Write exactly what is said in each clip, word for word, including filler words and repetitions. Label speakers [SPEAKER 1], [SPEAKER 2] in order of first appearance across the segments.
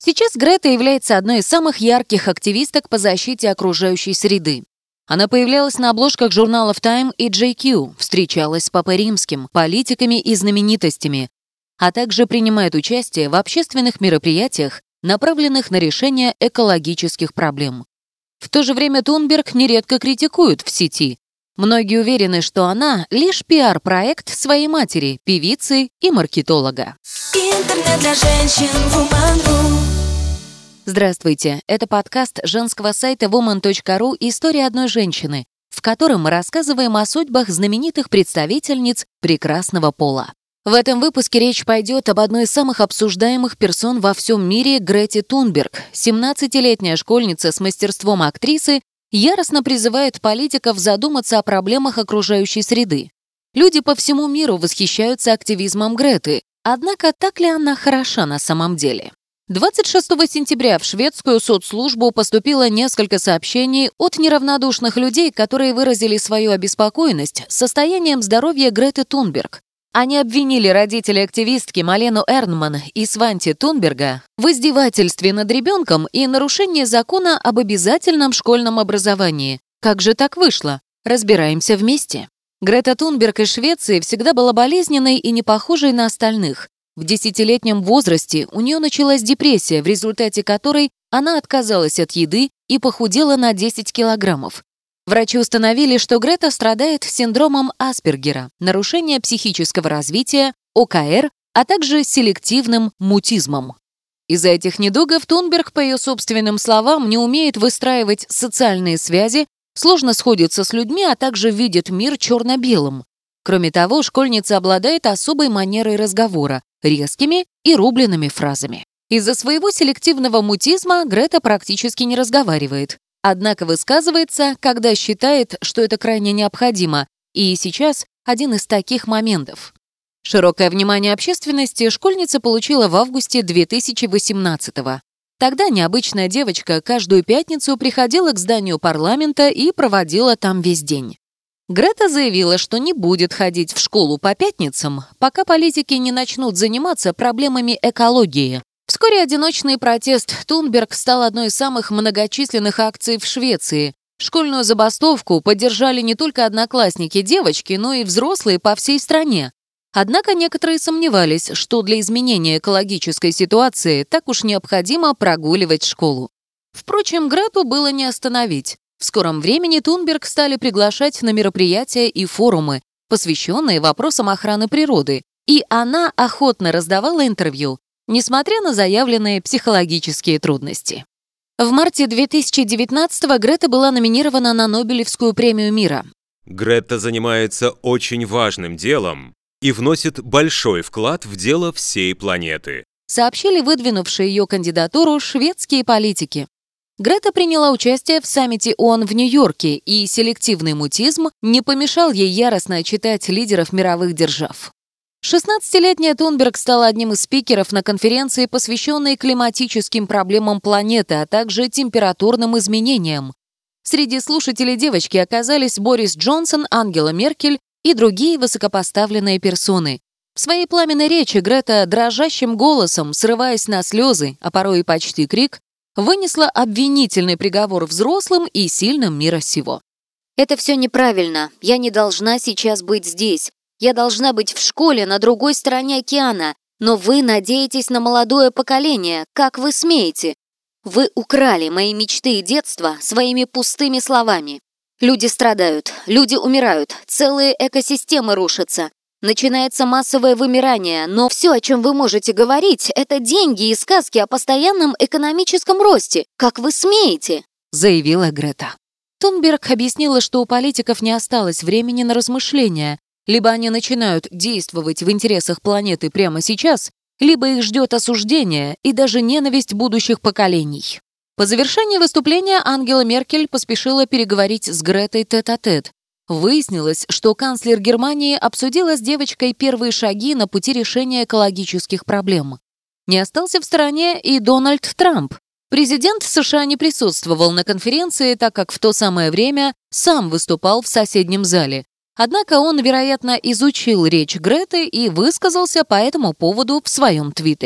[SPEAKER 1] Сейчас Грета является одной из самых ярких активисток по защите окружающей среды. Она появлялась на обложках журналов Time и джей кью, встречалась с Папой Римским, политиками и знаменитостями, а также принимает участие в общественных мероприятиях, направленных на решение экологических проблем. В то же время Тунберг нередко критикуют в сети. Многие уверены, что она лишь пиар-проект своей матери, певицы и маркетолога.
[SPEAKER 2] Интернет для женщин Woman.ru.
[SPEAKER 1] Здравствуйте, это подкаст женского сайта woman точка ру «История одной женщины», в котором мы рассказываем о судьбах знаменитых представительниц прекрасного пола. В этом выпуске речь пойдет об одной из самых обсуждаемых персон во всем мире Грете Тунберг. семнадцатилетняя школьница с мастерством актрисы яростно призывает политиков задуматься о проблемах окружающей среды. Люди по всему миру восхищаются активизмом Греты, однако так ли она хороша на самом деле? двадцать шестого сентября в шведскую соцслужбу поступило несколько сообщений от неравнодушных людей, которые выразили свою обеспокоенность состоянием здоровья Греты Тунберг. Они обвинили родителей активистки Малену Эрнман и Сванти Тунберга в издевательстве над ребенком и нарушении закона об обязательном школьном образовании. Как же так вышло? Разбираемся вместе. Грета Тунберг из Швеции всегда была болезненной и не похожей на остальных. В десятилетнем возрасте у нее началась депрессия, в результате которой она отказалась от еды и похудела на десять килограммов. Врачи установили, что Грета страдает синдромом Аспергера, нарушение психического развития, о ка эр, а также селективным мутизмом. Из-за этих недугов Тунберг, по ее собственным словам, не умеет выстраивать социальные связи, сложно сходится с людьми, а также видит мир черно-белым. Кроме того, школьница обладает особой манерой разговора, резкими и рубленными фразами. Из-за своего селективного мутизма Грета практически не разговаривает. Однако высказывается, когда считает, что это крайне необходимо, и сейчас один из таких моментов. Широкое внимание общественности школьница получила в августе две тысячи восемнадцатого. Тогда необычная девочка каждую пятницу приходила к зданию парламента и проводила там весь день. Грета заявила, что не будет ходить в школу по пятницам, пока политики не начнут заниматься проблемами экологии. Вскоре одиночный протест Тунберг стал одной из самых многочисленных акций в Швеции. Школьную забастовку поддержали не только одноклассники девочки, но и взрослые по всей стране. Однако некоторые сомневались, что для изменения экологической ситуации так уж необходимо прогуливать школу. Впрочем, Грету было не остановить. В скором времени Тунберг стали приглашать на мероприятия и форумы, посвященные вопросам охраны природы, и она охотно раздавала интервью, несмотря на заявленные психологические трудности. В марте две тысячи девятнадцатого Грета была номинирована на Нобелевскую премию мира.
[SPEAKER 3] Грета занимается очень важным делом и вносит большой вклад в дело всей планеты,
[SPEAKER 1] Сообщили выдвинувшие ее кандидатуру шведские политики. Грета приняла участие в саммите ООН в Нью-Йорке, и селективный мутизм не помешал ей яростно читать лидеров мировых держав. шестнадцатилетняя Тунберг стала одним из спикеров на конференции, посвященной климатическим проблемам планеты, а также температурным изменениям. Среди слушателей девочки оказались Борис Джонсон, Ангела Меркель и другие высокопоставленные персоны. В своей пламенной речи Грета дрожащим голосом, срываясь на слезы, а порой и почти крик, вынесла обвинительный приговор взрослым и сильным мира сего.
[SPEAKER 4] Это все неправильно. Я не должна сейчас быть здесь. Я должна быть в школе на другой стороне океана. Но вы надеетесь на молодое поколение. Как вы смеете? Вы украли мои мечты и детство своими пустыми словами. Люди страдают, люди умирают, целые экосистемы рушатся. Начинается массовое вымирание, но все, о чем вы можете говорить, это деньги и сказки о постоянном экономическом росте. Как вы смеете?
[SPEAKER 1] Заявила Грета. Тунберг объяснила, что у политиков не осталось времени на размышления. Либо они начинают действовать в интересах планеты прямо сейчас, либо их ждет осуждение и даже ненависть будущих поколений. По завершении выступления Ангела Меркель поспешила переговорить с Гретой тет-а-тет. Выяснилось, что канцлер Германии обсудила с девочкой первые шаги на пути решения экологических проблем. Не остался в стороне и Дональд Трамп. Президент США не присутствовал на конференции, так как в то самое время сам выступал в соседнем зале. Однако он, вероятно, изучил речь Греты и высказался по этому поводу в своем твиттере.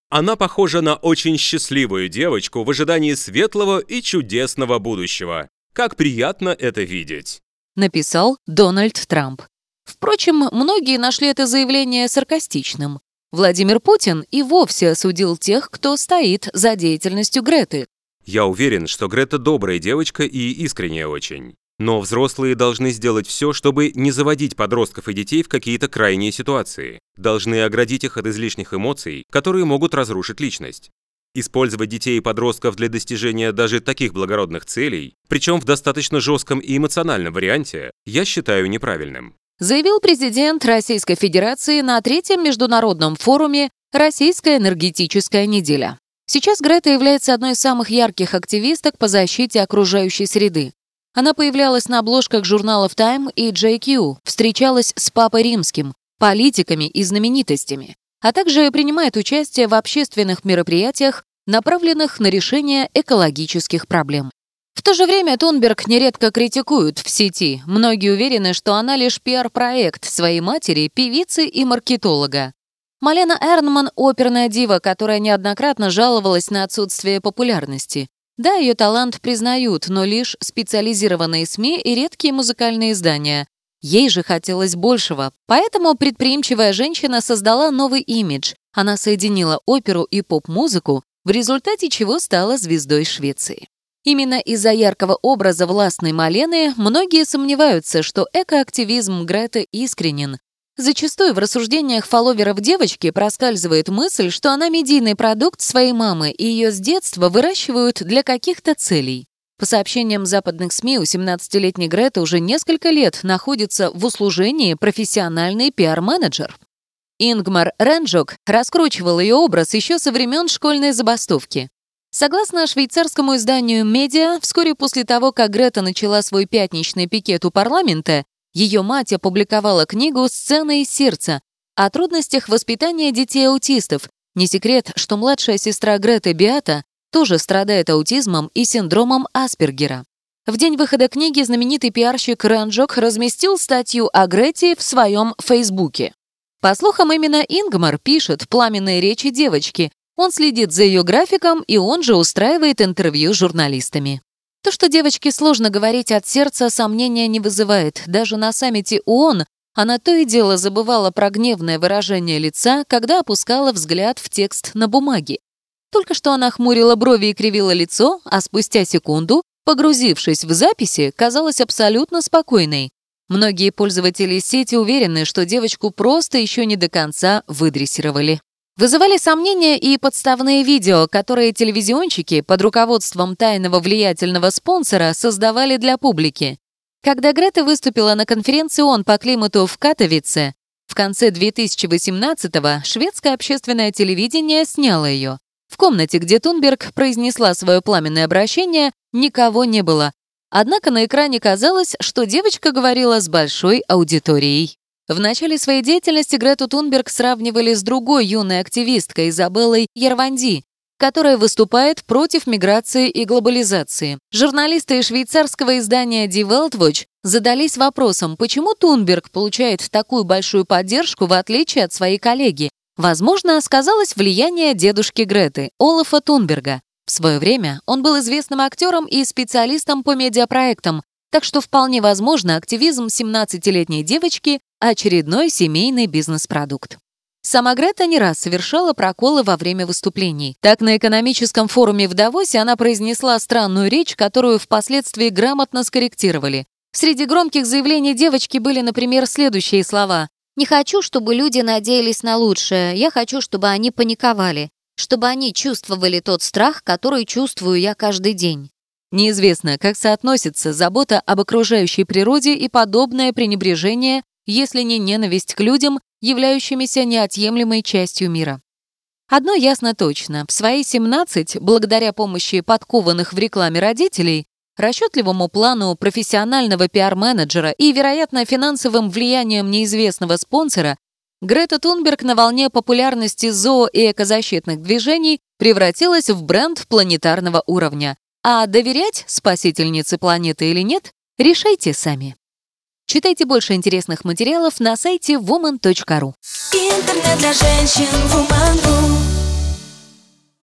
[SPEAKER 3] Она похожа на очень счастливую девочку в ожидании светлого и чудесного будущего. Как приятно это видеть»,
[SPEAKER 1] — написал Дональд Трамп. Впрочем, многие нашли это заявление саркастичным. Владимир Путин и вовсе осудил тех, кто стоит за деятельностью Греты.
[SPEAKER 3] «Я уверен, что Грета добрая девочка и искренняя очень. Но взрослые должны сделать все, чтобы не заводить подростков и детей в какие-то крайние ситуации. Должны оградить их от излишних эмоций, которые могут разрушить личность. Использовать детей и подростков для достижения даже таких благородных целей, причем в достаточно жестком и эмоциональном варианте, я считаю неправильным»,
[SPEAKER 1] заявил президент Российской Федерации на третьем международном форуме «Российская энергетическая неделя». Сейчас Грета является одной из самых ярких активисток по защите окружающей среды. Она появлялась на обложках журналов Time и джей кью, встречалась с Папой Римским, политиками и знаменитостями, а также принимает участие в общественных мероприятиях, направленных на решение экологических проблем. В то же время Тунберг нередко критикуют в сети. Многие уверены, что она лишь пиар-проект своей матери, певицы и маркетолога. Малена Эрнман – оперная дива, которая неоднократно жаловалась на отсутствие популярности. Да, ее талант признают, но лишь специализированные СМИ и редкие музыкальные издания. Ей же хотелось большего, поэтому предприимчивая женщина создала новый имидж. Она соединила оперу и поп-музыку, в результате чего стала звездой Швеции. Именно из-за яркого образа властной Малены многие сомневаются, что экоактивизм Греты искренен. Зачастую в рассуждениях фолловеров девочки проскальзывает мысль, что она медийный продукт своей мамы, и ее с детства выращивают для каких-то целей. По сообщениям западных СМИ, у семнадцатилетней Греты уже несколько лет находится в услужении профессиональный пиар-менеджер. Ингмар Ренджок раскручивал ее образ еще со времен школьной забастовки. Согласно швейцарскому изданию «Медиа», вскоре после того, как Грета начала свой пятничный пикет у парламента, ее мать опубликовала книгу «Сцены из сердца» о трудностях воспитания детей-аутистов. Не секрет, что младшая сестра Греты Беата тоже страдает аутизмом и синдромом Аспергера. В день выхода книги знаменитый пиарщик Ренджок разместил статью о Грете в своем Фейсбуке. По слухам, именно Ингмар пишет пламенные речи девочки. Он следит за ее графиком, и он же устраивает интервью с журналистами. То, что девочке сложно говорить от сердца, сомнения не вызывает. Даже на саммите ООН она то и дело забывала про гневное выражение лица, когда опускала взгляд в текст на бумаге. Только что она хмурила брови и кривила лицо, а спустя секунду, погрузившись в записи, казалась абсолютно спокойной. Многие пользователи сети уверены, что девочку просто еще не до конца выдрессировали. Вызывали сомнения и подставные видео, которые телевизионщики под руководством тайного влиятельного спонсора создавали для публики. Когда Грета выступила на конференции ООН по климату в Катовице, в конце две тысячи восемнадцатого шведское общественное телевидение сняло ее. В комнате, где Тунберг произнесла свое пламенное обращение, никого не было. Однако на экране казалось, что девочка говорила с большой аудиторией. В начале своей деятельности Грету Тунберг сравнивали с другой юной активисткой Изабеллой Ерванди, которая выступает против миграции и глобализации. Журналисты швейцарского издания Die Weltwoche задались вопросом, почему Тунберг получает такую большую поддержку в отличие от своей коллеги. Возможно, сказалось влияние дедушки Греты, Олафа Тунберга. В свое время он был известным актером и специалистом по медиапроектам, так что вполне возможно, активизм семнадцатилетней девочки – очередной семейный бизнес-продукт. Сама Грета не раз совершала проколы во время выступлений. Так, на экономическом форуме в Давосе она произнесла странную речь, которую впоследствии грамотно скорректировали. Среди громких заявлений девочки были, например, следующие слова: «Не хочу, чтобы люди надеялись на лучшее, я хочу, чтобы они паниковали, чтобы они чувствовали тот страх, который чувствую я каждый день». Неизвестно, как соотносится забота об окружающей природе и подобное пренебрежение, если не ненависть к людям, являющимися неотъемлемой частью мира. Одно ясно точно. В свои семнадцать, благодаря помощи подкованных в рекламе родителей, расчетливому плану профессионального пиар-менеджера и, вероятно, финансовым влиянием неизвестного спонсора, Грета Тунберг на волне популярности зоо- и экозащитных движений превратилась в бренд планетарного уровня. А доверять спасительнице планеты или нет, решайте сами. Читайте больше интересных материалов на сайте woman точка ру.
[SPEAKER 2] Интернет для женщин woman точка ру.